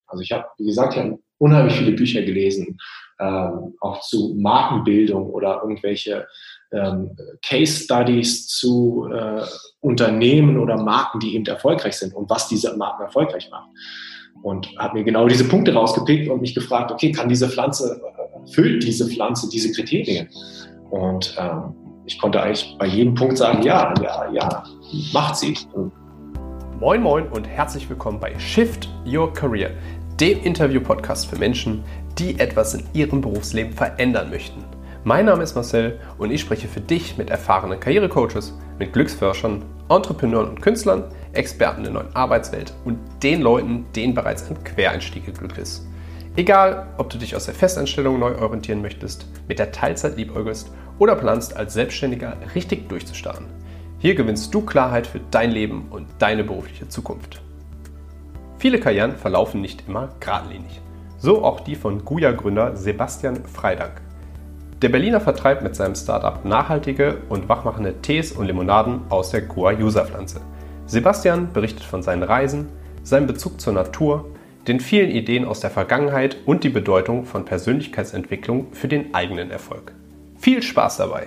Also ich habe, wie gesagt, ich habe unheimlich viele Bücher gelesen, auch zu Markenbildung oder irgendwelche Case Studies zu Unternehmen oder Marken, die eben erfolgreich sind und was diese Marken erfolgreich macht. Und habe mir genau diese Punkte rausgepickt und mich gefragt, okay, erfüllt diese Pflanze diese Kriterien? Und ich konnte eigentlich bei jedem Punkt sagen, ja, macht sie. Moin moin und herzlich willkommen bei Shift Your Career, dem Interview-Podcast für Menschen, die etwas in ihrem Berufsleben verändern möchten. Mein Name ist Marcel und ich spreche für dich mit erfahrenen Karrierecoaches, mit Glücksforschern, Entrepreneuren und Künstlern, Experten der neuen Arbeitswelt und den Leuten, denen bereits ein Quereinstieg geglückt ist. Egal, ob du dich aus der Festanstellung neu orientieren möchtest, mit der Teilzeit liebäugelst oder planst, als Selbstständiger richtig durchzustarten. Hier gewinnst du Klarheit für dein Leben und deine berufliche Zukunft. Viele Karrieren verlaufen nicht immer geradlinig. So auch die von Guya-Gründer Sebastian Freydank. Der Berliner vertreibt mit seinem Startup nachhaltige und wachmachende Tees und Limonaden aus der Guayusa-Pflanze. Sebastian berichtet von seinen Reisen, seinem Bezug zur Natur, den vielen Ideen aus der Vergangenheit und die Bedeutung von Persönlichkeitsentwicklung für den eigenen Erfolg. Viel Spaß dabei!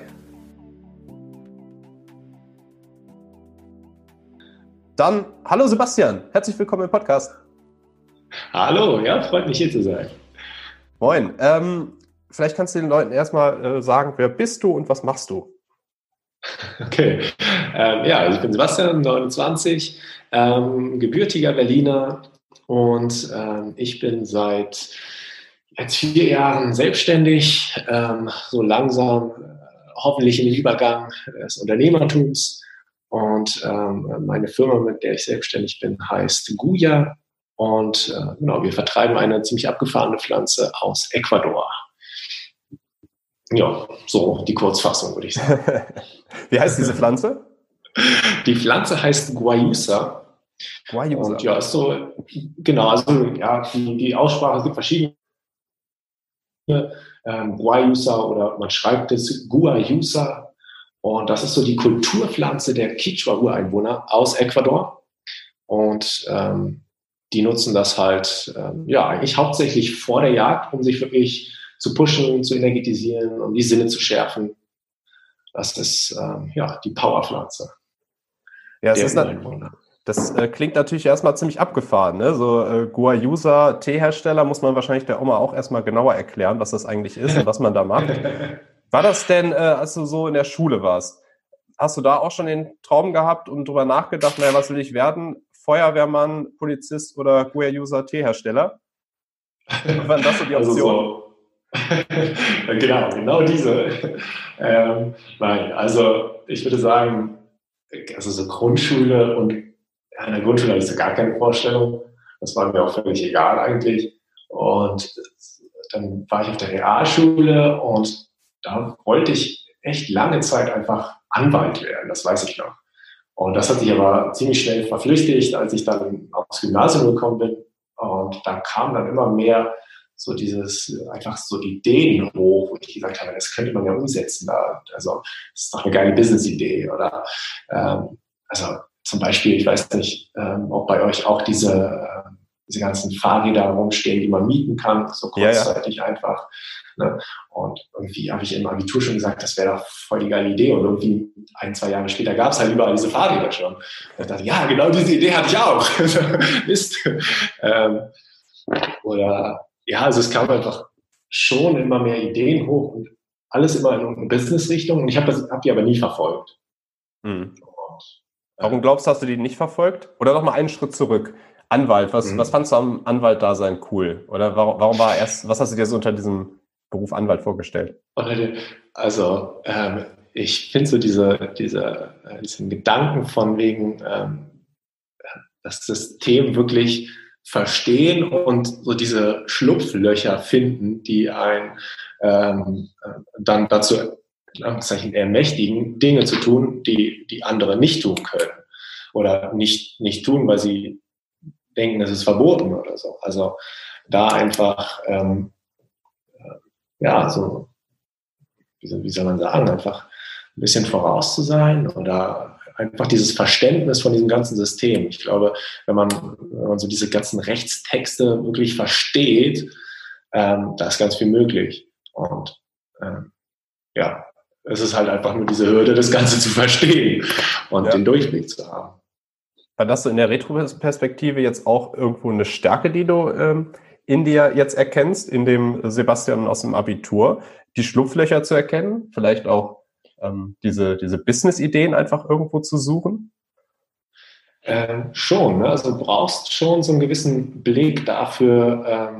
Dann, hallo Sebastian, herzlich willkommen im Podcast. Hallo, ja, freut mich hier zu sein. Moin, vielleicht kannst du den Leuten erstmal sagen, wer bist du und was machst du? Okay, also ich bin Sebastian, 29, gebürtiger Berliner und ich bin seit jetzt 4 Jahren selbstständig, so langsam hoffentlich in den Übergang des Unternehmertums. Und meine Firma, mit der ich selbstständig bin, heißt Guya. Und wir vertreiben eine ziemlich abgefahrene Pflanze aus Ecuador. Ja, so die Kurzfassung, würde ich sagen. Wie heißt diese Pflanze? Die Pflanze heißt Guayusa. Guayusa. Und ja, ist so, genau, also ja, die Aussprache, es gibt verschiedene. Guayusa oder man schreibt es Guayusa. Und das ist so die Kulturpflanze der Quechua-Ureinwohner aus Ecuador. Und die nutzen das halt eigentlich hauptsächlich vor der Jagd, um sich wirklich zu pushen, zu energetisieren, um die Sinne zu schärfen. Das ist die Powerpflanze. Ja, das klingt natürlich erstmal ziemlich abgefahren. Ne? So Guayusa, Teehersteller, muss man wahrscheinlich der Oma auch erstmal genauer erklären, was das eigentlich ist und was man da macht. War das denn, als du so in der Schule warst, hast du da auch schon den Traum gehabt und drüber nachgedacht, naja, was will ich werden? Feuerwehrmann, Polizist oder Guayusa Teehersteller? Waren das so die Optionen? Genau diese. Nein, also ich würde sagen, also so Grundschule und in der Grundschule hatte ich so gar keine Vorstellung. Das war mir auch völlig egal eigentlich. Und dann war ich auf der Realschule und da wollte ich echt lange Zeit einfach Anwalt werden, das weiß ich noch. Und das hat sich aber ziemlich schnell verflüchtigt, als ich dann aufs Gymnasium gekommen bin. Und da kam dann immer mehr so einfach so Ideen hoch, wo ich gesagt habe, das könnte man ja umsetzen. Also das ist doch eine geile Business-Idee. Oder also zum Beispiel, ich weiß nicht, ob bei euch auch diese ganzen Fahrräder rumstehen, die man mieten kann, so kurzzeitig einfach. Ne? Und irgendwie habe ich im Abitur schon gesagt, das wäre doch voll die geile Idee. Und irgendwie 1-2 Jahre später gab es halt überall diese Fahrräder schon. Und ich dachte, ja, genau diese Idee hatte ich auch. Mist. Also es kam einfach schon immer mehr Ideen hoch und alles immer in eine Business-Richtung. Und ich hab die aber nie verfolgt. Mhm. Warum glaubst du, hast du die nicht verfolgt? Oder noch mal einen Schritt zurück. Anwalt, was fandst du am Anwalt-Dasein cool? Oder warum was hast du dir so unter diesem Beruf Anwalt vorgestellt? Also ich finde so diesen Gedanken von wegen das System wirklich verstehen und so diese Schlupflöcher finden, die einen dann dazu ermächtigen, Dinge zu tun, die andere nicht tun können. Oder nicht tun, weil sie denken, es ist verboten oder so. Also da einfach wie soll man sagen, einfach ein bisschen voraus zu sein oder einfach dieses Verständnis von diesem ganzen System. Ich glaube, wenn man so diese ganzen Rechtstexte wirklich versteht, da ist ganz viel möglich. Und ja, es ist halt einfach nur diese Hürde, das Ganze zu verstehen und den Durchblick zu haben. War das so in der Retroperspektive jetzt auch irgendwo eine Stärke, die du in dir jetzt erkennst, in dem Sebastian aus dem Abitur, die Schlupflöcher zu erkennen, vielleicht auch diese Business-Ideen einfach irgendwo zu suchen? Schon, ne? Also du brauchst schon so einen gewissen Blick dafür,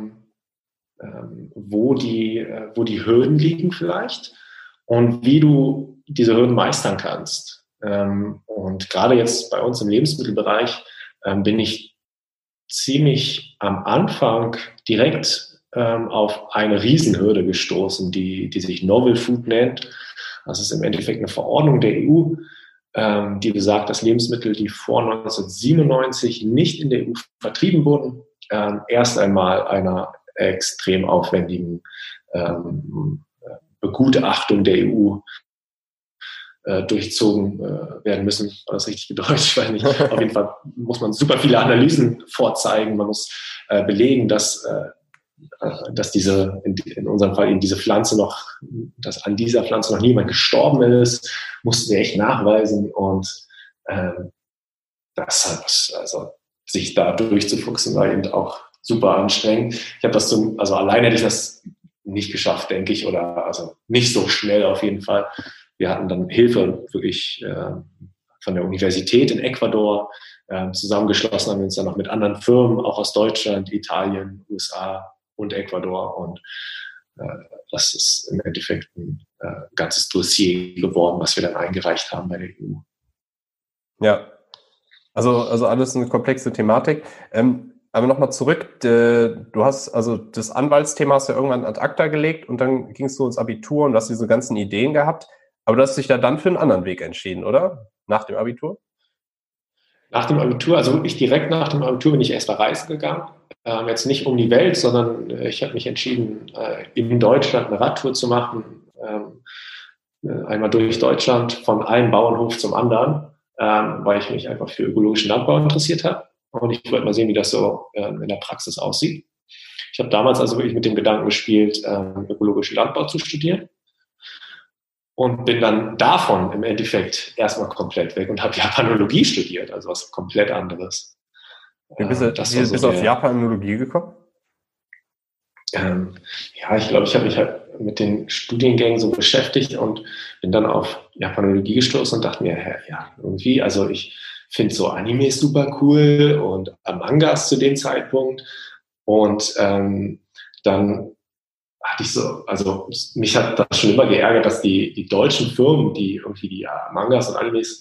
wo die Hürden liegen vielleicht und wie du diese Hürden meistern kannst. Und gerade jetzt bei uns im Lebensmittelbereich bin ich ziemlich am Anfang direkt auf eine Riesenhürde gestoßen, die sich Novel Food nennt. Das ist im Endeffekt eine Verordnung der EU, die besagt, dass Lebensmittel, die vor 1997 nicht in der EU vertrieben wurden, erst einmal einer extrem aufwendigen Begutachtung der EU durchzogen werden müssen. War das richtig gedeutscht? Ich weiß nicht. Auf jeden Fall muss man super viele Analysen vorzeigen. Man muss belegen, dass diese, in unserem Fall eben diese Pflanze noch, dass an dieser Pflanze noch niemand gestorben ist, mussten wir echt nachweisen. Und das hat, also sich da durchzufuchsen, war eben auch super anstrengend. Ich habe das also alleine hätte ich das nicht geschafft, denke ich, oder also nicht so schnell auf jeden Fall. Wir hatten dann Hilfe wirklich von der Universität in Ecuador zusammengeschlossen, haben wir uns dann noch mit anderen Firmen, auch aus Deutschland, Italien, USA und Ecuador. Und das ist im Endeffekt ein ganzes Dossier geworden, was wir dann eingereicht haben bei der EU. Ja, also alles eine komplexe Thematik. Aber nochmal zurück, du hast also das Anwaltsthema hast du ja irgendwann ad acta gelegt und dann gingst du ins Abitur und hast diese ganzen Ideen gehabt. Aber du hast dich ja dann für einen anderen Weg entschieden, oder? Nach dem Abitur? Nach dem Abitur, also wirklich direkt nach dem Abitur bin ich erst mal reisen gegangen. Jetzt nicht um die Welt, sondern ich habe mich entschieden, in Deutschland eine Radtour zu machen. Einmal durch Deutschland von einem Bauernhof zum anderen, weil ich mich einfach für ökologischen Landbau interessiert habe. Und ich wollte mal sehen, wie das so in der Praxis aussieht. Ich habe damals also wirklich mit dem Gedanken gespielt, ökologischen Landbau zu studieren. Und bin dann davon im Endeffekt erstmal komplett weg und habe Japanologie studiert, also was komplett anderes. Wie bist du auf Japanologie gekommen? Ja, ich glaube, ich habe mich halt mit den Studiengängen so beschäftigt und bin dann auf Japanologie gestoßen und dachte mir, ja, irgendwie, also ich finde so Animes super cool und Mangas zu dem Zeitpunkt. Und dann hatte ich so, also mich hat das schon immer geärgert, dass die deutschen Firmen, die irgendwie die Mangas und Animes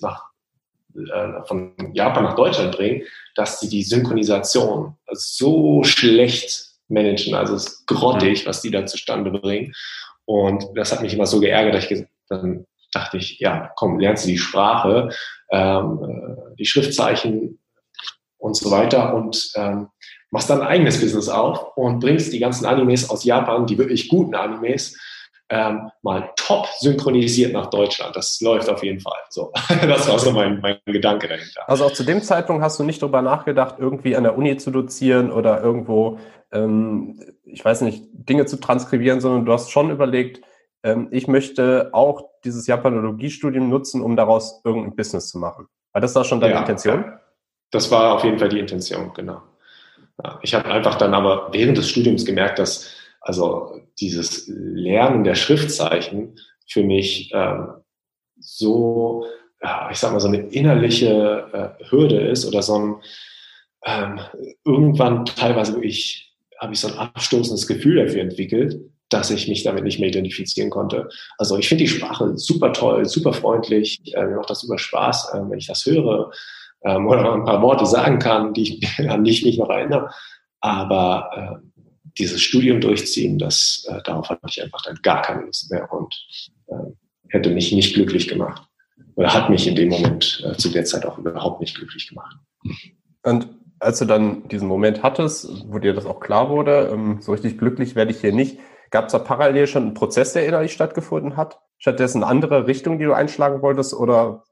von Japan nach Deutschland bringen, dass die Synchronisation so schlecht managen. Also es ist grottig, was die da zustande bringen. Und das hat mich immer so geärgert, dass dann dachte ich, ja, komm, lernst du die Sprache, die Schriftzeichen und so weiter und machst dann ein eigenes Business auf und bringst die ganzen Animes aus Japan, die wirklich guten Animes, mal top synchronisiert nach Deutschland. Das läuft auf jeden Fall. So, das war so mein Gedanke dahinter. Also auch zu dem Zeitpunkt hast du nicht darüber nachgedacht, irgendwie an der Uni zu dozieren oder irgendwo, ich weiß nicht, Dinge zu transkribieren, sondern du hast schon überlegt, ich möchte auch dieses Japanologiestudium nutzen, um daraus irgendein Business zu machen. War das da schon deine Intention? Ja, das war auf jeden Fall die Intention, genau. Ja, ich habe einfach dann aber während des Studiums gemerkt, dass also dieses Lernen der Schriftzeichen für mich so, ja, ich sag mal, so eine innerliche Hürde ist oder so ein irgendwann teilweise habe ich so ein abstoßendes Gefühl dafür entwickelt, dass ich mich damit nicht mehr identifizieren konnte. Also ich finde die Sprache super toll, super freundlich, mir macht das super Spaß, wenn ich das höre oder ein paar Worte sagen kann, an die ich mich noch erinnere. Aber dieses Studium durchziehen, darauf hatte ich einfach dann gar keine Lust mehr und hätte mich nicht glücklich gemacht. Oder hat mich in dem Moment zu der Zeit auch überhaupt nicht glücklich gemacht. Und als du dann diesen Moment hattest, wo dir das auch klar wurde, so richtig glücklich werde ich hier nicht, gab es da parallel schon einen Prozess, der innerlich stattgefunden hat? Stattdessen eine andere Richtung, die du einschlagen wolltest? Oder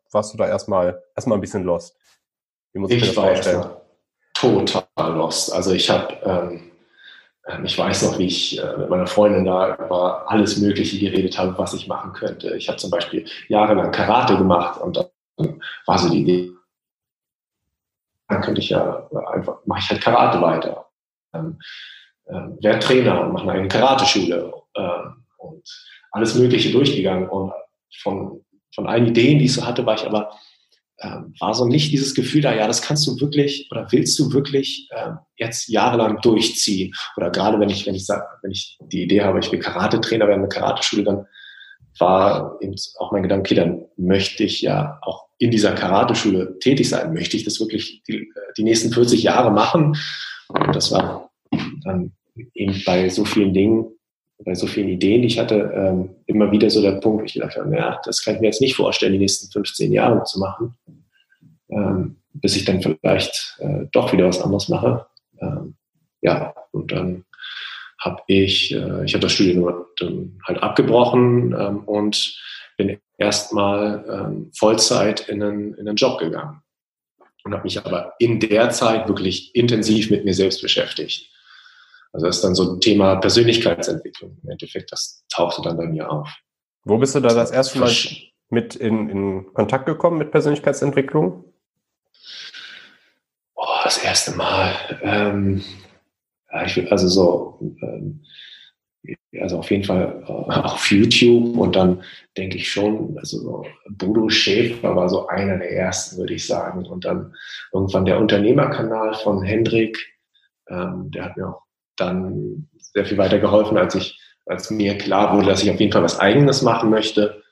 warst du da erstmal ein bisschen lost? Wie muss ich mir das vorstellen? Total lost. Also ich weiß noch, wie ich mit meiner Freundin da über alles Mögliche geredet habe, was ich machen könnte. Ich habe zum Beispiel jahrelang Karate gemacht und dann war so die Idee, dann könnte ich ja einfach, mache ich halt Karate weiter. Werde Trainer und mache eine eigene Karateschule und alles Mögliche durchgegangen. Und von allen Ideen, die ich so hatte, war so nicht dieses Gefühl da, ja, das kannst du wirklich oder willst du wirklich jetzt jahrelang durchziehen. Oder gerade wenn ich die Idee habe, ich will Karate-Trainer werden, eine Karateschule, dann war eben auch mein Gedanke, okay, dann möchte ich ja auch in dieser Karateschule tätig sein. Möchte ich das wirklich die nächsten 40 Jahre machen? Und das war dann eben bei so vielen Dingen, bei so vielen Ideen, die ich hatte, immer wieder so der Punkt, wo ich gedacht habe, ja, das kann ich mir jetzt nicht vorstellen, die nächsten 15 Jahre zu machen, bis ich dann vielleicht doch wieder was anderes mache. Und dann habe ich habe das Studium dann halt abgebrochen und bin erstmal Vollzeit in einen Job gegangen und habe mich aber in der Zeit wirklich intensiv mit mir selbst beschäftigt. Also das ist dann so ein Thema Persönlichkeitsentwicklung. Im Endeffekt, das tauchte dann bei mir auf. Wo bist du da das erste Mal mit in Kontakt gekommen mit Persönlichkeitsentwicklung? Das erste Mal. Also auf jeden Fall auf YouTube und dann denke ich schon, also Bodo Schäfer war so einer der ersten, würde ich sagen. Und dann irgendwann der Unternehmerkanal von Hendrik, der hat mir auch dann sehr viel weiter geholfen, als mir klar wurde, dass ich auf jeden Fall was Eigenes machen möchte.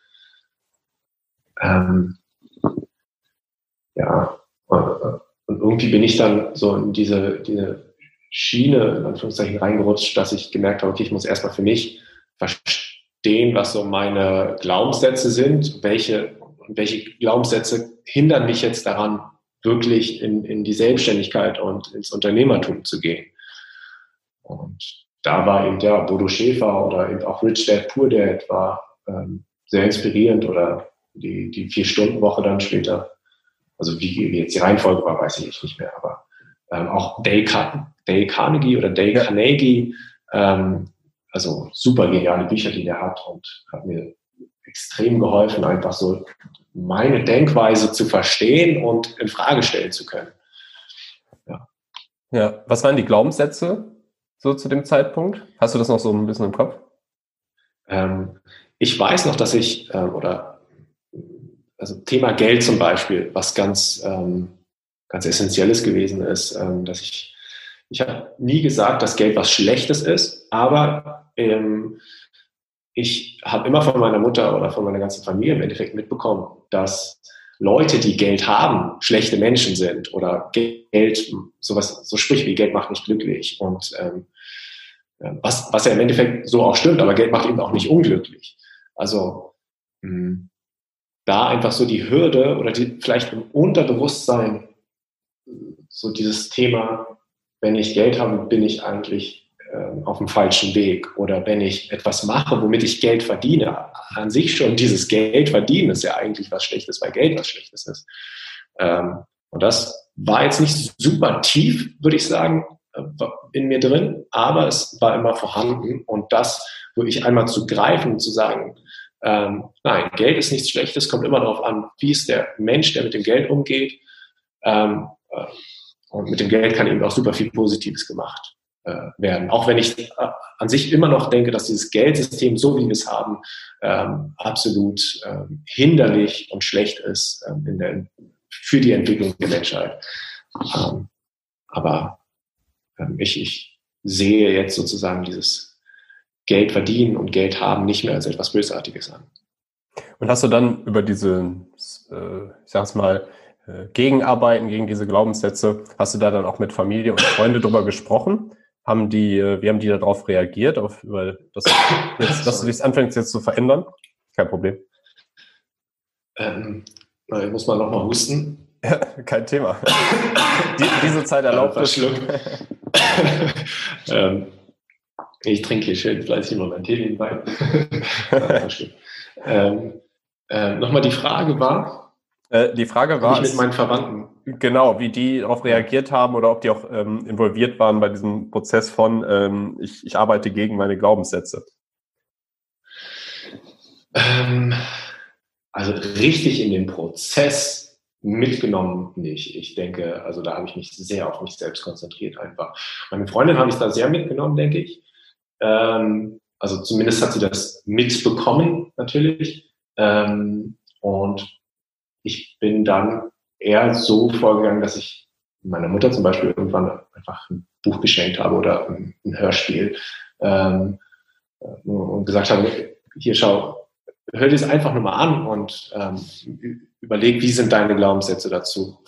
Und irgendwie bin ich dann so in diese Schiene, in Anführungszeichen, reingerutscht, dass ich gemerkt habe, okay, ich muss erstmal für mich verstehen, was so meine Glaubenssätze sind, welche Glaubenssätze hindern mich jetzt daran, wirklich in die Selbstständigkeit und ins Unternehmertum zu gehen. Und da war eben Bodo Schäfer oder eben auch Rich Dad Poor Dad war sehr inspirierend oder die 4-Stunden-Woche dann später. Also wie jetzt die Reihenfolge war, weiß ich nicht mehr, aber auch Dale Carnegie oder Dale Carnegie, also super geniale Bücher, die der hat und hat mir extrem geholfen, einfach so meine Denkweise zu verstehen und in Frage stellen zu können. Ja, was waren die Glaubenssätze so zu dem Zeitpunkt? Hast du das noch so ein bisschen im Kopf? Ich weiß noch, dass ich, also Thema Geld zum Beispiel, was ganz Essentielles gewesen ist, dass ich habe nie gesagt, dass Geld was Schlechtes ist, aber ich habe immer von meiner Mutter oder von meiner ganzen Familie im Endeffekt mitbekommen, dass Leute, die Geld haben, schlechte Menschen sind oder Geld, so Sprüche wie Geld macht nicht glücklich und was ja im Endeffekt so auch stimmt, aber Geld macht eben auch nicht unglücklich. Also da einfach so die Hürde oder vielleicht im Unterbewusstsein so dieses Thema, wenn ich Geld habe, bin ich eigentlich auf dem falschen Weg. Oder wenn ich etwas mache, womit ich Geld verdiene, an sich schon dieses Geld verdienen ist ja eigentlich was Schlechtes, weil Geld was Schlechtes ist. Und das war jetzt nicht super tief, würde ich sagen, in mir drin, aber es war immer vorhanden. Und das wirklich einmal zu greifen und zu sagen, nein, Geld ist nichts Schlechtes, kommt immer darauf an, wie ist der Mensch, der mit dem Geld umgeht. Und mit dem Geld kann eben auch super viel Positives gemacht werden. Auch wenn ich an sich immer noch denke, dass dieses Geldsystem, so wie wir es haben, absolut hinderlich und schlecht ist für die Entwicklung der Menschheit. Aber ich sehe jetzt sozusagen dieses Geld verdienen und Geld haben nicht mehr als etwas Bösartiges an. Und hast du dann über diese, ich sag's mal, Gegenarbeiten gegen diese Glaubenssätze, hast du da dann auch mit Familie und Freunde drüber gesprochen? Wie haben die darauf reagiert, dass du dich anfängst jetzt zu verändern? Kein Problem. Ich muss mal nochmal husten. Ja, kein Thema. Diese Zeit erlaubt es. Ich trinke hier schön fleißig immer mein Tee nebenbei. Nochmal die Frage war? Die Frage war, nicht mit meinen Verwandten. Genau, wie die darauf reagiert haben oder ob die auch involviert waren bei diesem Prozess von ich arbeite gegen meine Glaubenssätze. Also richtig in den Prozess mitgenommen nicht. Ich denke, also da habe ich mich sehr auf mich selbst konzentriert einfach. Meine Freundin habe ich da sehr mitgenommen, denke ich. Also zumindest hat sie das mitbekommen, natürlich. Und ich bin dann eher so vorgegangen, dass ich meiner Mutter zum Beispiel irgendwann einfach ein Buch geschenkt habe oder ein Hörspiel und gesagt habe, hier schau, hör dir es einfach nur mal an und überleg, wie sind deine Glaubenssätze dazu.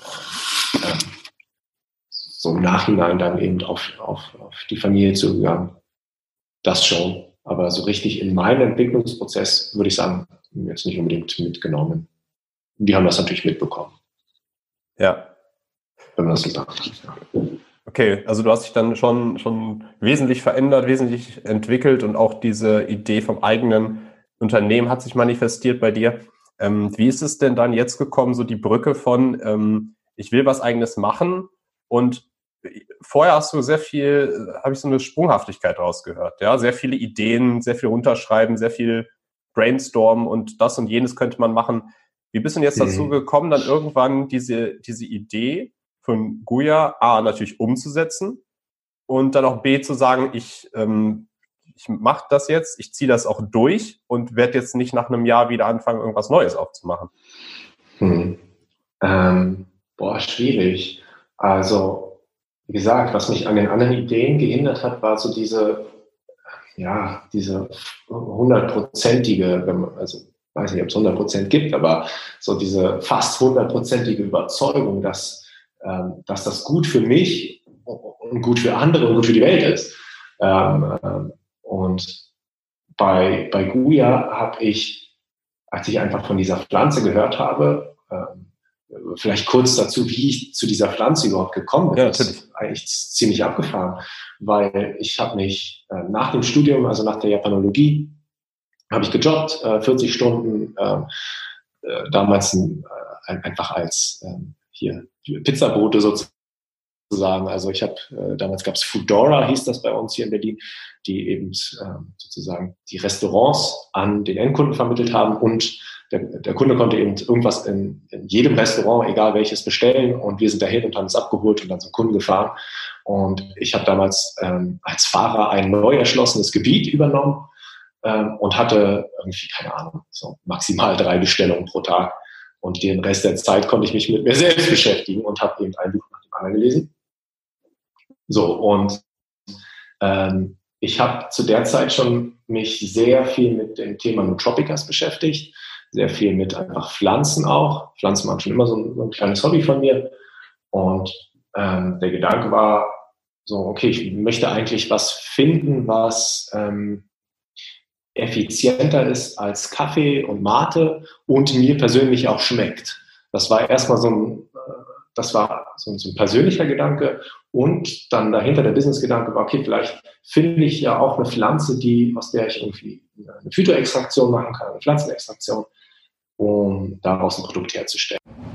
So im Nachhinein dann eben auf die Familie zugegangen. Das schon. Aber so richtig in meinem Entwicklungsprozess würde ich sagen, jetzt nicht unbedingt mitgenommen. Die haben das natürlich mitbekommen. Ja. Wenn man das so sagt. Ja. Okay, also du hast dich dann schon wesentlich verändert, wesentlich entwickelt und auch diese Idee vom eigenen Unternehmen hat sich manifestiert bei dir. Wie ist es denn dann jetzt gekommen, so die Brücke von ich will was Eigenes machen und vorher hast du sehr viel, habe ich so eine Sprunghaftigkeit rausgehört, ja, sehr viele Ideen, sehr viel runterschreiben, sehr viel brainstormen und das und jenes könnte man machen. Wie bist du denn jetzt dazu gekommen, dann irgendwann diese Idee von Guya A natürlich umzusetzen und dann auch B zu sagen, ich mache das jetzt, ich ziehe das auch durch und werde jetzt nicht nach einem Jahr wieder anfangen, irgendwas Neues aufzumachen? Schwierig. Also, wie gesagt, was mich an den anderen Ideen gehindert hat, war so diese hundertprozentige, also ich weiß nicht, ob es 100% gibt, aber so diese fast hundertprozentige Überzeugung, dass das gut für mich und gut für andere und gut für die Welt ist. Und bei Guya habe ich, als ich einfach von dieser Pflanze gehört habe, vielleicht kurz dazu, wie ich zu dieser Pflanze überhaupt gekommen bin. Ja, das ist eigentlich ziemlich abgefahren, weil ich habe mich nach dem Studium, also nach der Japanologie, habe ich gejobbt, 40 Stunden, damals einfach als hier Pizzabote sozusagen. Also ich habe, damals gab es Foodora, hieß das bei uns hier in Berlin, die eben sozusagen die Restaurants an den Endkunden vermittelt haben und der Kunde konnte eben irgendwas in jedem Restaurant, egal welches, bestellen und wir sind dahin und haben es abgeholt und dann zum Kunden gefahren. Und ich habe damals als Fahrer ein neu erschlossenes Gebiet übernommen und hatte irgendwie, keine Ahnung, so maximal 3 Bestellungen pro Tag. Und den Rest der Zeit konnte ich mich mit mir selbst beschäftigen und habe eben ein Buch nach dem anderen gelesen. So, und ich habe zu der Zeit schon mich sehr viel mit dem Thema Nootropikas beschäftigt, sehr viel mit einfach Pflanzen auch. Pflanzen waren schon immer so ein kleines Hobby von mir. Und der Gedanke war so, okay, ich möchte eigentlich was finden, was effizienter ist als Kaffee und Mate und mir persönlich auch schmeckt. Das war erstmal so ein persönlicher Gedanke und dann dahinter der Business-Gedanke war, okay, vielleicht finde ich ja auch eine Pflanze, aus der ich irgendwie eine Phytoextraktion machen kann, eine Pflanzenextraktion, um daraus ein Produkt herzustellen.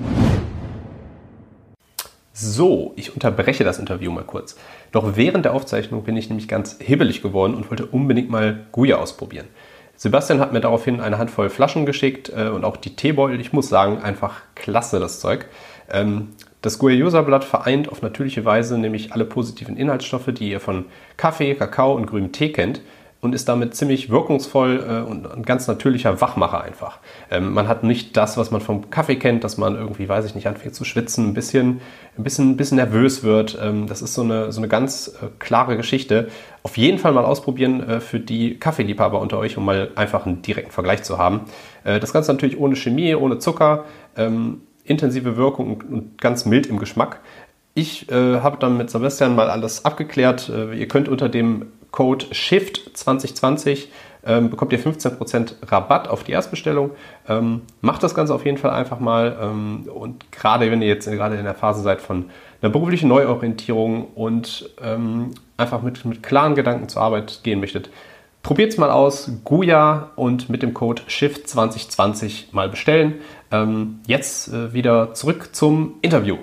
So, ich unterbreche das Interview mal kurz. Doch während der Aufzeichnung bin ich nämlich ganz hibbelig geworden und wollte unbedingt mal Guya ausprobieren. Sebastian hat mir daraufhin eine Handvoll Flaschen geschickt und auch die Teebeutel. Ich muss sagen, einfach klasse das Zeug. Das Guayusa-Blatt vereint auf natürliche Weise nämlich alle positiven Inhaltsstoffe, die ihr von Kaffee, Kakao und grünem Tee kennt und ist damit ziemlich wirkungsvoll und ein ganz natürlicher Wachmacher einfach. Man hat nicht das, was man vom Kaffee kennt, dass man irgendwie, weiß ich nicht, anfängt zu schwitzen, ein bisschen nervös wird. Das ist so eine ganz klare Geschichte. Auf jeden Fall mal ausprobieren für die Kaffeeliebhaber unter euch, um mal einfach einen direkten Vergleich zu haben. Das Ganze natürlich ohne Chemie, ohne Zucker, intensive Wirkung und ganz mild im Geschmack. Ich habe dann mit Sebastian mal alles abgeklärt. Ihr könnt unter dem Code SHIFT2020 bekommt ihr 15% Rabatt auf die Erstbestellung. Macht das Ganze auf jeden Fall einfach mal. Und gerade wenn ihr jetzt gerade in der Phase seid von einer beruflichen Neuorientierung und einfach mit klaren Gedanken zur Arbeit gehen möchtet, Probiert's mal aus, Guya, und mit dem Code SHIFT2020 mal bestellen. Jetzt wieder zurück zum Interview.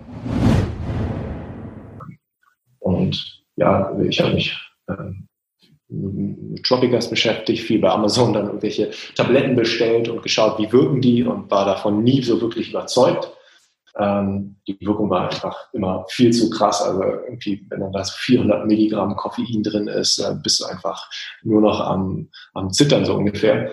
Und ja, ich habe mich mit Tropicas beschäftigt, viel bei Amazon dann irgendwelche Tabletten bestellt und geschaut, wie wirken die, und war davon nie so wirklich überzeugt. Die Wirkung war einfach immer viel zu krass. Also irgendwie, wenn dann da so 400 Milligramm Koffein drin ist, bist du einfach nur noch am Zittern so ungefähr.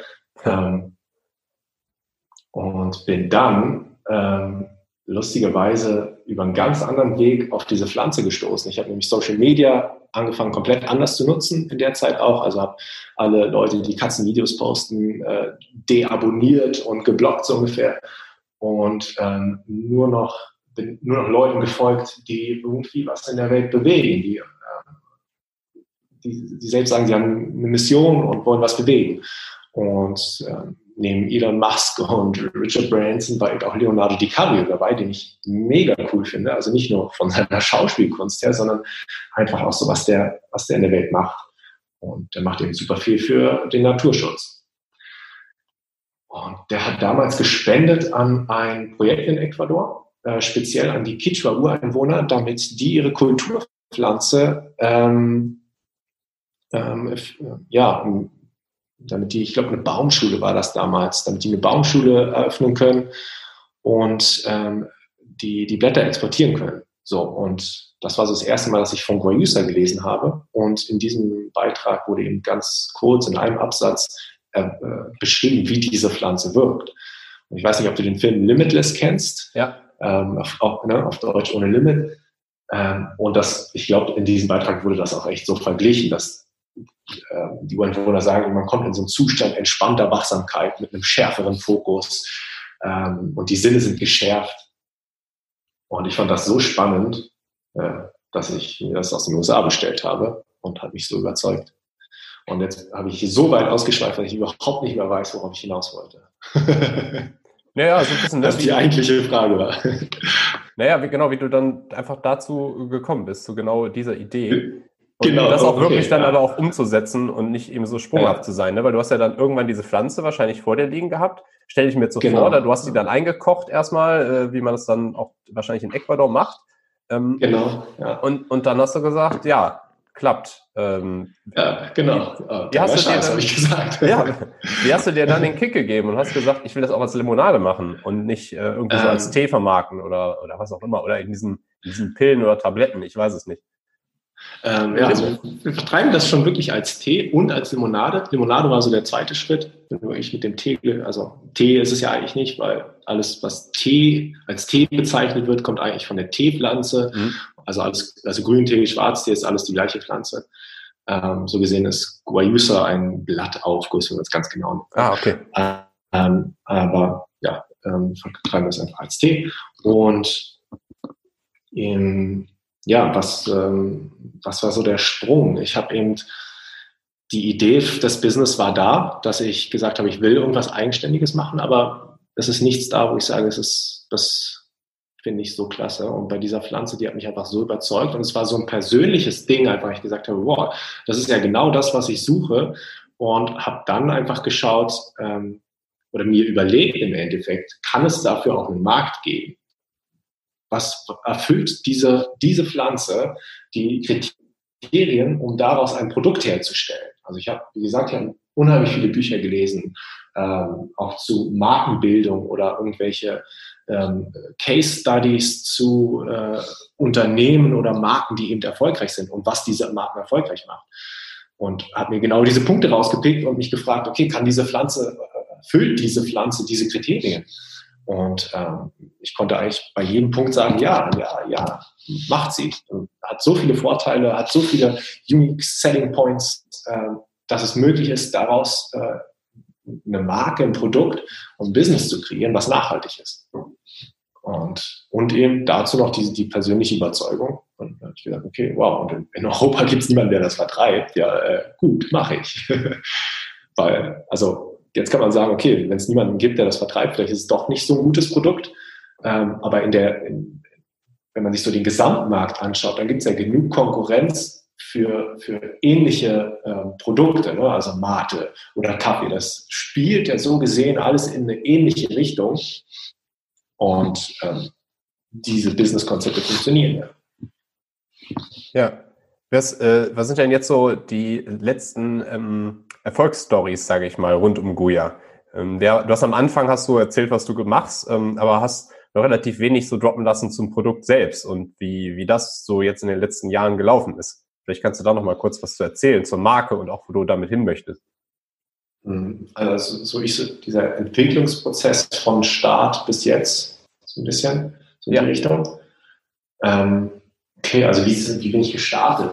Und bin dann lustigerweise über einen ganz anderen Weg auf diese Pflanze gestoßen. Ich habe nämlich Social Media angefangen, komplett anders zu nutzen in der Zeit auch. Also habe alle Leute, die Katzenvideos posten, deabonniert und geblockt so ungefähr. Und bin nur noch Leuten gefolgt, die irgendwie was in der Welt bewegen, die selbst sagen, sie haben eine Mission und wollen was bewegen. Und neben Elon Musk und Richard Branson war eben auch Leonardo DiCaprio dabei, den ich mega cool finde. Also nicht nur von seiner Schauspielkunst her, sondern einfach auch so, was der in der Welt macht. Und der macht eben super viel für den Naturschutz. Und der hat damals gespendet an ein Projekt in Ecuador, speziell an die Kichwa-Ureinwohner, damit die ihre Kulturpflanze, damit die, ich glaube, eine Baumschule war das damals, damit die eine Baumschule eröffnen können und die Blätter exportieren können. So, und das war so das erste Mal, dass ich von Guayusa gelesen habe. Und in diesem Beitrag wurde eben ganz kurz in einem Absatz beschrieben, wie diese Pflanze wirkt. Und ich weiß nicht, ob du den Film Limitless kennst. Ja. Auf Deutsch ohne Limit. Und ich glaube, in diesem Beitrag wurde das auch echt so verglichen, dass die Ureinwohner sagen, man kommt in so einen Zustand entspannter Wachsamkeit mit einem schärferen Fokus und die Sinne sind geschärft. Und ich fand das so spannend, dass ich mir das aus den USA bestellt habe und hat mich so überzeugt. Und jetzt habe ich so weit ausgeschweift, dass ich überhaupt nicht mehr weiß, worauf ich hinaus wollte. Naja, so ein bisschen, das die eigentliche Frage war. Naja, wie du dann einfach dazu gekommen bist, zu genau dieser Idee. Und genau, das auch wirklich dann aber auch umzusetzen und nicht eben so sprunghaft zu sein, ne? Weil du hast ja dann irgendwann diese Pflanze wahrscheinlich vor dir liegen gehabt. Stell ich mir jetzt so vor, du hast die dann eingekocht erstmal, wie man das dann auch wahrscheinlich in Ecuador macht. Genau, ja. Und dann hast du gesagt, ja, klappt. Ja, genau. Wie hast du dir dann, habe ich gesagt. Ja, wie hast du dir dann den Kick gegeben und hast gesagt, ich will das auch als Limonade machen und nicht irgendwie so als Tee vermarkten oder was auch immer, oder in diesen Pillen oder Tabletten, ich weiß es nicht. Also wir vertreiben das schon wirklich als Tee und als Limonade. Limonade war so der zweite Schritt, wenn du wirklich mit dem Tee, also Tee ist es ja eigentlich nicht, weil alles, was als Tee bezeichnet wird, kommt eigentlich von der Teepflanze. Also Grüntee, Schwarztee ist alles die gleiche Pflanze. So gesehen ist Guayusa ein Blattaufguss, wenn man es ganz genau nimmt. Okay. Aber ja, vertreiben wir es einfach als Tee. Und was war so der Sprung? Ich habe eben die Idee des Business war da, dass ich gesagt habe, ich will irgendwas Eigenständiges machen, aber es ist nichts da, wo ich sage, das finde ich so klasse. Und bei dieser Pflanze, die hat mich einfach so überzeugt. Und es war so ein persönliches Ding, einfach, ich gesagt habe, wow, das ist ja genau das, was ich suche. Und habe dann einfach geschaut oder mir überlegt im Endeffekt, kann es dafür auch einen Markt geben? Was erfüllt diese Pflanze die Kriterien, um daraus ein Produkt herzustellen? Also ich habe, wie gesagt, unheimlich viele Bücher gelesen, auch zu Markenbildung oder irgendwelche Case Studies zu Unternehmen oder Marken, die eben erfolgreich sind und was diese Marken erfolgreich macht. Und habe mir genau diese Punkte rausgepickt und mich gefragt, okay, erfüllt diese Pflanze diese Kriterien? Und ich konnte eigentlich bei jedem Punkt sagen, ja, macht sie. Und hat so viele Vorteile, hat so viele unique Selling Points, dass es möglich ist, daraus eine Marke, ein Produkt und ein Business zu kreieren, was nachhaltig ist. Und eben dazu noch die persönliche Überzeugung. Und dann habe ich gesagt, okay, wow, und in Europa gibt es niemanden, der das vertreibt. Ja, gut, mache ich. Weil, jetzt kann man sagen, okay, wenn es niemanden gibt, der das vertreibt, vielleicht ist es doch nicht so ein gutes Produkt. Aber wenn man sich so den Gesamtmarkt anschaut, dann gibt es ja genug Konkurrenz für ähnliche Produkte, ne? Also Mate oder Kaffee. Das spielt ja so gesehen alles in eine ähnliche Richtung. Und diese Business-Konzepte funktionieren. Ja. Was sind denn jetzt so die letzten Erfolgsstories, sage ich mal, rund um Guya? Du hast am Anfang erzählt, was du machst, aber hast noch relativ wenig so droppen lassen zum Produkt selbst und wie das so jetzt in den letzten Jahren gelaufen ist. Vielleicht kannst du da noch mal kurz was zu erzählen zur Marke und auch, wo du damit hin möchtest. Also dieser Entwicklungsprozess von Start bis jetzt, so ein bisschen, so in die Richtung. Okay, also wie bin ich gestartet?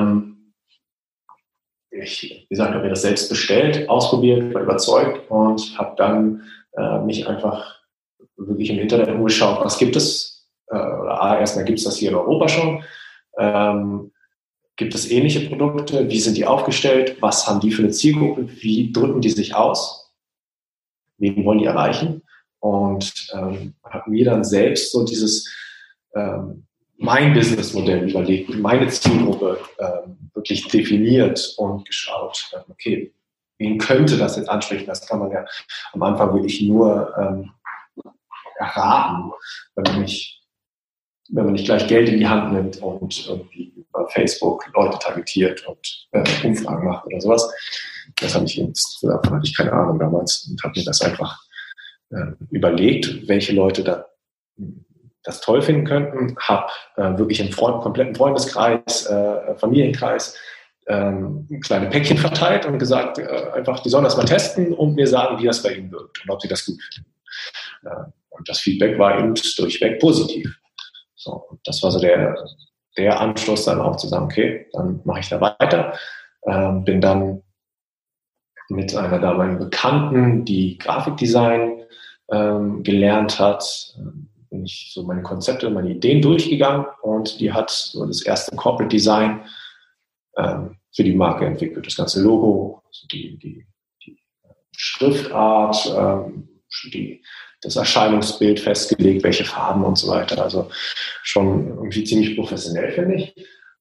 Ich habe mir das selbst bestellt, ausprobiert, war überzeugt und habe dann mich einfach wirklich im Internet umgeschaut, was gibt es? Erstmal gibt es das hier in Europa schon. Gibt es ähnliche Produkte? Wie sind die aufgestellt? Was haben die für eine Zielgruppe? Wie drücken die sich aus? Wen wollen die erreichen? Und habe mir dann selbst so dieses mein Businessmodell überlegt, meine Zielgruppe wirklich definiert und geschaut, okay, wen könnte das jetzt ansprechen? Das kann man ja am Anfang wirklich nur erraten, wenn man nicht gleich Geld in die Hand nimmt und irgendwie über Facebook Leute targetiert und Umfragen macht oder sowas. Das hatte ich keine Ahnung damals und habe mir das einfach überlegt, welche Leute da das toll finden könnten, habe wirklich im kompletten Freundeskreis, Familienkreis kleine Päckchen verteilt und gesagt, einfach, die sollen das mal testen und mir sagen, wie das bei ihnen wirkt und ob sie das gut finden. Und das Feedback war eben durchweg positiv. So, und das war so der Anschluss dann auch zu sagen, okay, dann mache ich da weiter. Bin dann mit einer damaligen Bekannten, die Grafikdesign gelernt hat, bin ich so meine Konzepte, meine Ideen durchgegangen und die hat so das erste Corporate Design für die Marke entwickelt. Das ganze Logo, also die Schriftart, das Erscheinungsbild festgelegt, welche Farben und so weiter. Also schon irgendwie ziemlich professionell, finde ich.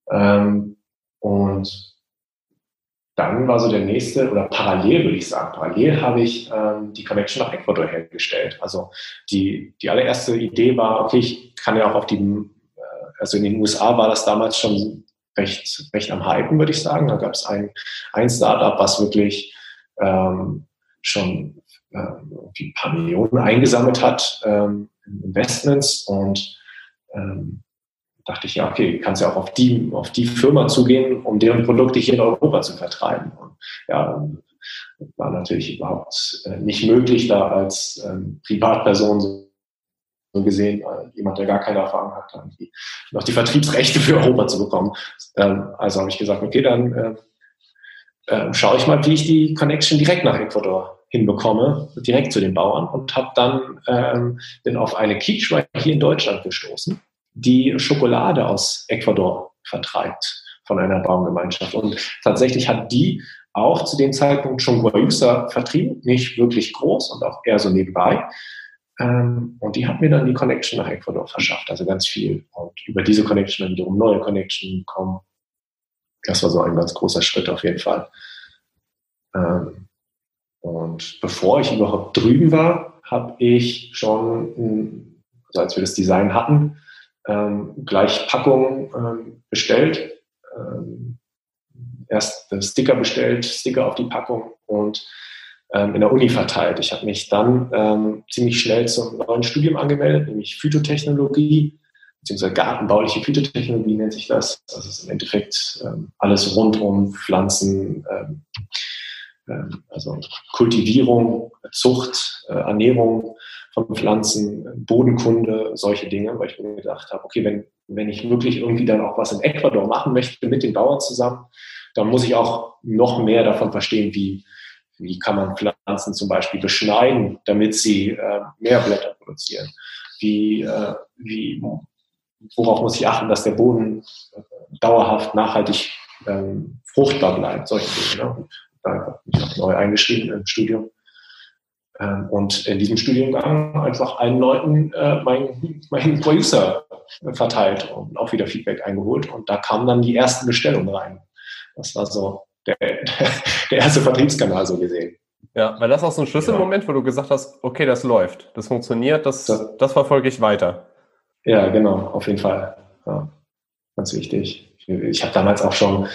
Und dann war so der nächste, oder parallel würde ich sagen, habe ich die Connection nach Ecuador hergestellt. Also die allererste Idee war, okay, ich kann ja auch also in den USA war das damals schon recht am Hypen, würde ich sagen. Da gab es ein Startup, was wirklich schon ein paar Millionen eingesammelt hat in Investments und dachte ich, ja, okay, kannst ja auch auf die Firma zugehen, um deren Produkte hier in Europa zu vertreiben. Und ja, war natürlich überhaupt nicht möglich, da als Privatperson so gesehen, jemand, der gar keine Erfahrung hat, irgendwie noch die Vertriebsrechte für Europa zu bekommen. Also habe ich gesagt, okay, dann schaue ich mal, wie ich die Connection direkt nach Ecuador hinbekomme, direkt zu den Bauern und habe dann bin auf eine Quichua hier in Deutschland gestoßen, die Schokolade aus Ecuador vertreibt von einer Bauerngemeinschaft. Und tatsächlich hat die auch zu dem Zeitpunkt schon Guayusa vertrieben, nicht wirklich groß und auch eher so nebenbei. Und die hat mir dann die Connection nach Ecuador verschafft, also ganz viel. Und über diese Connection dann wiederum neue Connection bekommen. Das war so ein ganz großer Schritt auf jeden Fall. Und bevor ich überhaupt drüben war, habe ich schon, also als wir das Design hatten, gleich Packungen bestellt. Erst Sticker bestellt, Sticker auf die Packung und in der Uni verteilt. Ich habe mich dann ziemlich schnell zum neuen Studium angemeldet, nämlich Phytotechnologie, beziehungsweise gartenbauliche Phytotechnologie nennt sich das. Das ist im Endeffekt alles rund um Pflanzen, also Kultivierung, Zucht, Ernährung von Pflanzen, Bodenkunde, solche Dinge, weil ich mir gedacht habe, okay, wenn ich wirklich irgendwie dann auch was in Ecuador machen möchte mit den Bauern zusammen, dann muss ich auch noch mehr davon verstehen, wie kann man Pflanzen zum Beispiel beschneiden, damit sie mehr Blätter produzieren. Worauf muss ich achten, dass der Boden dauerhaft nachhaltig fruchtbar bleibt, solche Dinge. Ne? Da bin ich auch neu eingeschrieben im Studium. Und in diesem Studiengang einfach allen Leuten meinen Guayusa verteilt und auch wieder Feedback eingeholt. Und da kamen dann die ersten Bestellungen rein. Das war so der erste Vertriebskanal so gesehen. Ja, weil das ist auch so ein Schlüsselmoment, wo du gesagt hast, okay, das läuft, das funktioniert, das verfolge ich weiter. Ja, genau, auf jeden Fall. Ja, ganz wichtig. Ich habe damals auch schon,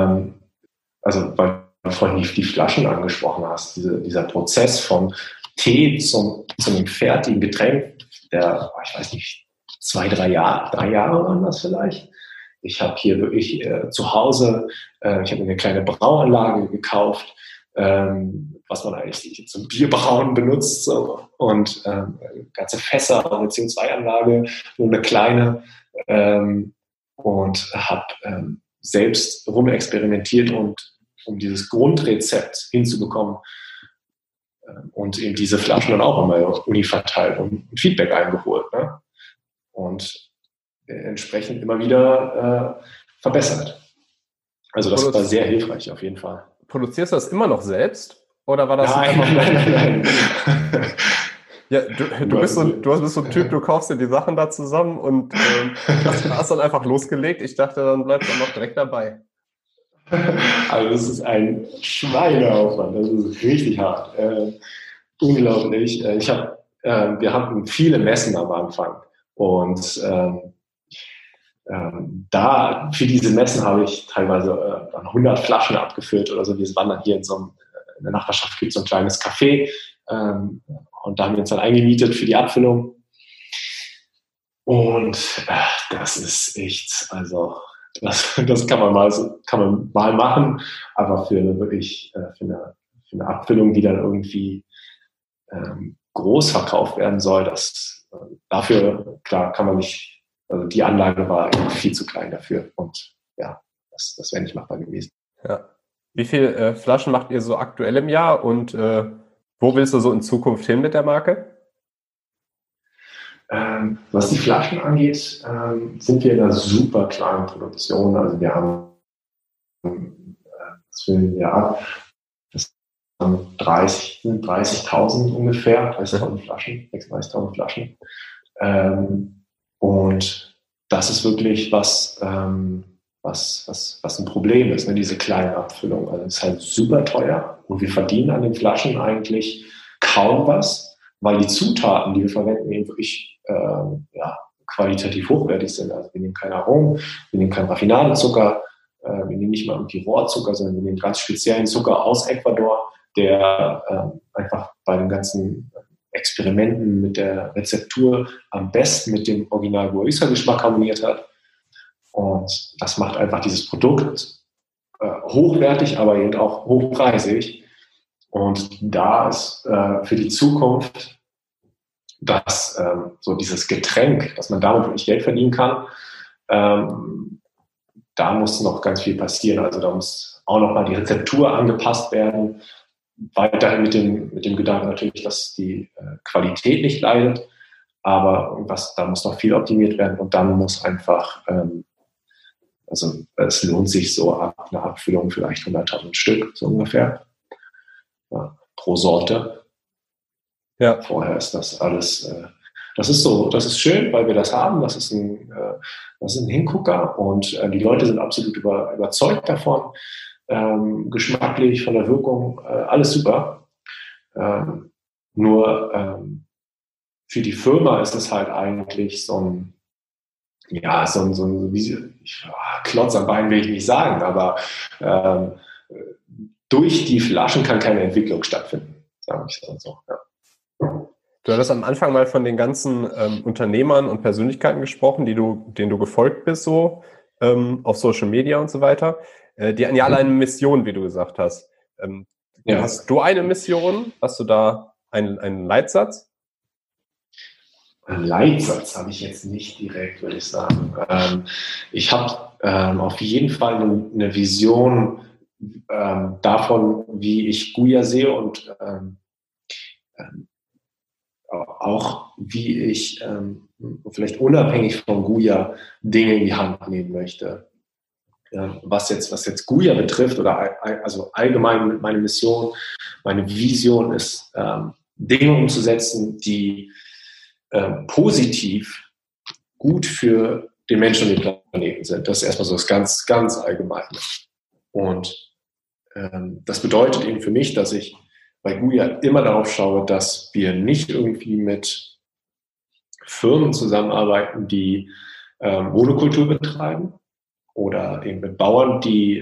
weil du vorhin die Flaschen angesprochen hast, dieser Prozess von Tee zum fertigen Getränk, der, ich weiß nicht, 3 Jahre waren das vielleicht. Ich habe hier wirklich zu Hause, ich habe eine kleine Brauanlage gekauft, was man eigentlich zum Bierbrauen benutzt, so. Und ganze Fässer und eine CO2-Anlage, nur eine kleine, und habe selbst rumexperimentiert um dieses Grundrezept hinzubekommen und eben diese Flaschen dann auch immer Uni verteilt und Feedback eingeholt, ne? Und entsprechend immer wieder verbessert. Also das war sehr hilfreich auf jeden Fall. Produzierst du das immer noch selbst? Oder war das Nein. Ja, du bist so ein Typ, du kaufst dir die Sachen da zusammen und hast dann einfach losgelegt. Ich dachte, dann bleibst du auch noch direkt dabei. Also das ist ein Schweineaufwand, das ist richtig hart. Unglaublich. Wir hatten viele Messen am Anfang und da für diese Messen habe ich teilweise 100 Flaschen abgefüllt oder so. Wir waren dann hier in der Nachbarschaft, gibt es so ein kleines Café, und da haben wir uns dann eingemietet für die Abfüllung. Und das ist echt, also das kann man mal machen, aber für eine Abfüllung, die dann irgendwie groß verkauft werden soll, dafür, klar, kann man nicht, also die Anlage war viel zu klein dafür und ja, das wäre nicht machbar gewesen. Ja. Wie viele Flaschen macht ihr so aktuell im Jahr und wo willst du so in Zukunft hin mit der Marke? Was die Flaschen angeht, sind wir in einer super kleinen Produktion. Also wir haben, das füllen wir ab, das sind 30.000 ungefähr, 30.000 Flaschen, 36.000 Flaschen. Und das ist wirklich was ein Problem ist, ne, diese kleine Abfüllung. Also es ist halt super teuer und wir verdienen an den Flaschen eigentlich kaum was, weil die Zutaten, die wir verwenden, eben wirklich qualitativ hochwertig sind. Also wir nehmen kein Aromen, wir nehmen keinen Raffinadezucker, wir nehmen nicht mal irgendwie Rohrzucker, sondern wir nehmen ganz speziellen Zucker aus Ecuador, der einfach bei den ganzen Experimenten mit der Rezeptur am besten mit dem Original Guayusa-Geschmack harmoniert hat. Und das macht einfach dieses Produkt hochwertig, aber eben auch hochpreisig. Und da ist für die Zukunft, dass so dieses Getränk, dass man damit wirklich Geld verdienen kann, da muss noch ganz viel passieren. Also da muss auch noch mal die Rezeptur angepasst werden. Weiterhin mit dem Gedanken natürlich, dass die Qualität nicht leidet. Aber da muss noch viel optimiert werden. Und dann muss einfach, also es lohnt sich so ab einer Abfüllung vielleicht 100.000 Stück, so ungefähr, pro Sorte. Ja. Vorher ist das alles, das ist schön, weil wir das haben, das ist ein Hingucker und die Leute sind absolut überzeugt davon, geschmacklich, von der Wirkung, alles super. Nur für die Firma ist es halt eigentlich so ein Klotz am Bein will ich nicht sagen, aber durch die Flaschen kann keine Entwicklung stattfinden, sage ich so. Ja. Du hattest am Anfang mal von den ganzen Unternehmern und Persönlichkeiten gesprochen, denen du gefolgt bist, so auf Social Media und so weiter. Die hatten ja alle eine Mission, wie du gesagt hast. Hast du eine Mission? Hast du da einen Leitsatz? Einen Leitsatz habe ich jetzt nicht direkt, würde ich sagen. Ich habe auf jeden Fall eine Vision davon, wie ich Gouya sehe und auch wie ich vielleicht unabhängig von Gouya Dinge in die Hand nehmen möchte. Was jetzt Gouya betrifft oder also allgemein meine Mission, meine Vision ist, Dinge umzusetzen, die positiv gut für den Menschen und den Planeten sind. Das ist erstmal so das ganz, ganz Allgemeine. Und das bedeutet eben für mich, dass ich bei Guya immer darauf schaue, dass wir nicht irgendwie mit Firmen zusammenarbeiten, die Monokultur betreiben oder eben mit Bauern, die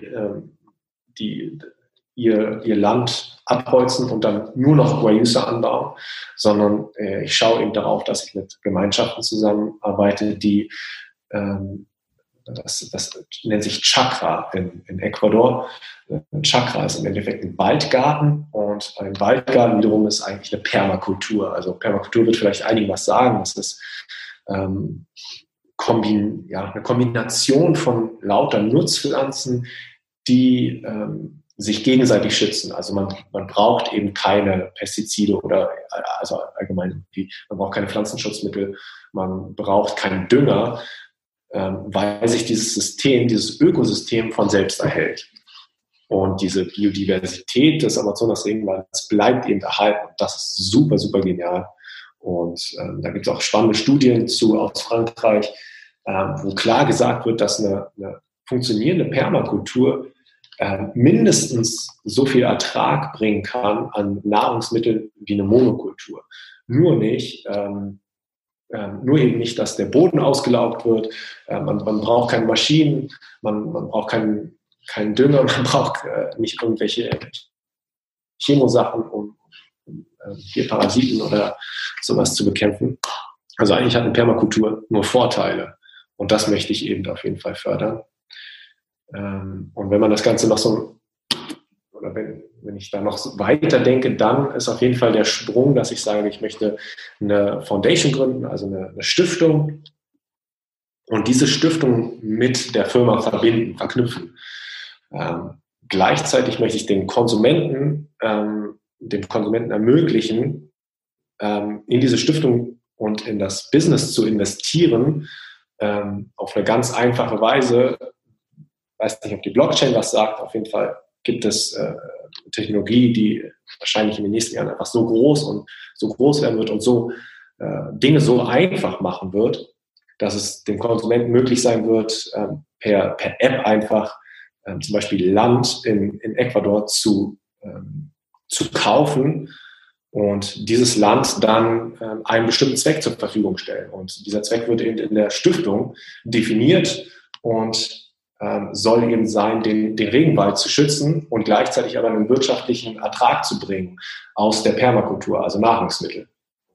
ihr Land abholzen und dann nur noch Guayusa anbauen, sondern ich schaue eben darauf, dass ich mit Gemeinschaften zusammenarbeite, die das nennt sich Chakra in Ecuador. Ein Chakra ist im Endeffekt ein Waldgarten und ein Waldgarten wiederum ist eigentlich eine Permakultur. Also Permakultur wird vielleicht einigen was sagen. Das ist eine Kombination von lauter Nutzpflanzen, die sich gegenseitig schützen. Also man braucht eben keine Pestizide oder also allgemein, man braucht keine Pflanzenschutzmittel, man braucht keinen Dünger, weil sich dieses Ökosystem von selbst erhält. Und diese Biodiversität des Amazonas-Regenwalds bleibt eben erhalten. Das ist super, super genial. Und da gibt es auch spannende Studien aus Frankreich, wo klar gesagt wird, dass eine funktionierende Permakultur mindestens so viel Ertrag bringen kann an Nahrungsmitteln wie eine Monokultur. Nur eben nicht, dass der Boden ausgelaugt wird. Man braucht keine Maschinen, man braucht keinen Dünger, man braucht nicht irgendwelche Chemosachen, um hier Parasiten oder sowas zu bekämpfen. Also eigentlich hat eine Permakultur nur Vorteile. Und das möchte ich eben auf jeden Fall fördern. Und wenn man das Ganze noch so, oder wenn ich da noch weiter denke, dann ist auf jeden Fall der Sprung, dass ich sage, ich möchte eine Foundation gründen, also eine Stiftung, und diese Stiftung mit der Firma verknüpfen. Gleichzeitig möchte ich dem Konsumenten ermöglichen, in diese Stiftung und in das Business zu investieren, auf eine ganz einfache Weise. Ich weiß nicht, ob die Blockchain was sagt, auf jeden Fall gibt es Technologie, die wahrscheinlich in den nächsten Jahren einfach so groß werden wird und so Dinge so einfach machen wird, dass es dem Konsumenten möglich sein wird, per App einfach zum Beispiel Land in Ecuador zu kaufen und dieses Land dann einem bestimmten Zweck zur Verfügung stellen. Und dieser Zweck wird eben in der Stiftung definiert und soll eben sein, den Regenwald zu schützen und gleichzeitig aber einen wirtschaftlichen Ertrag zu bringen aus der Permakultur, also Nahrungsmittel.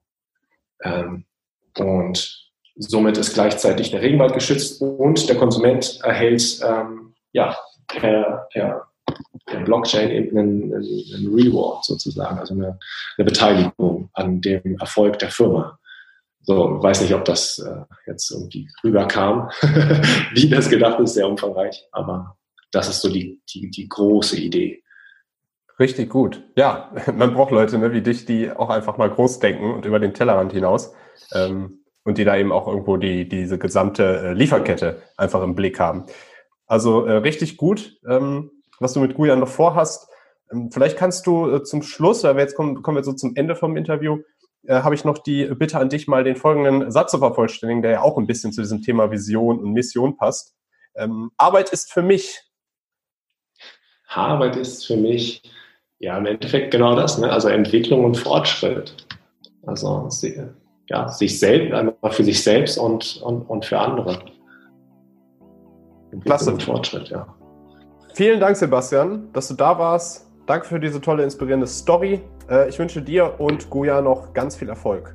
Und somit ist gleichzeitig der Regenwald geschützt und der Konsument erhält per Blockchain eben einen Reward sozusagen, also eine Beteiligung an dem Erfolg der Firma. So, ich weiß nicht, ob das jetzt irgendwie rüberkam, wie das gedacht ist, sehr umfangreich, aber das ist so die große Idee. Richtig gut. Ja, man braucht Leute wie dich, die auch einfach mal groß denken und über den Tellerrand hinaus und die da eben auch irgendwo diese gesamte Lieferkette einfach im Blick haben. Also richtig gut, was du mit Guya noch vorhast. Vielleicht kannst du zum Schluss, weil kommen wir so zum Ende vom Interview, habe ich noch die Bitte an dich, mal den folgenden Satz zu vervollständigen, der ja auch ein bisschen zu diesem Thema Vision und Mission passt. Arbeit ist für mich. Arbeit ist für mich, ja, im Endeffekt genau das, ne? Also Entwicklung und Fortschritt. Also sich selbst, einmal für sich selbst und für andere. Klasse. Und Fortschritt, ja. Vielen Dank, Sebastian, dass du da warst. Danke für diese tolle, inspirierende Story. Ich wünsche dir und Guya noch ganz viel Erfolg.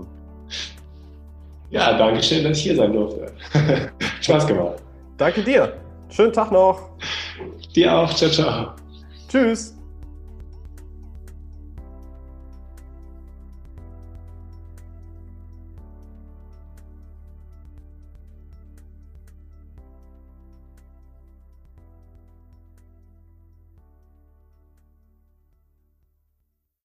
Ja, danke schön, dass ich hier sein durfte. Spaß gemacht. Danke dir. Schönen Tag noch. Dir auch. Ciao, ciao. Tschüss.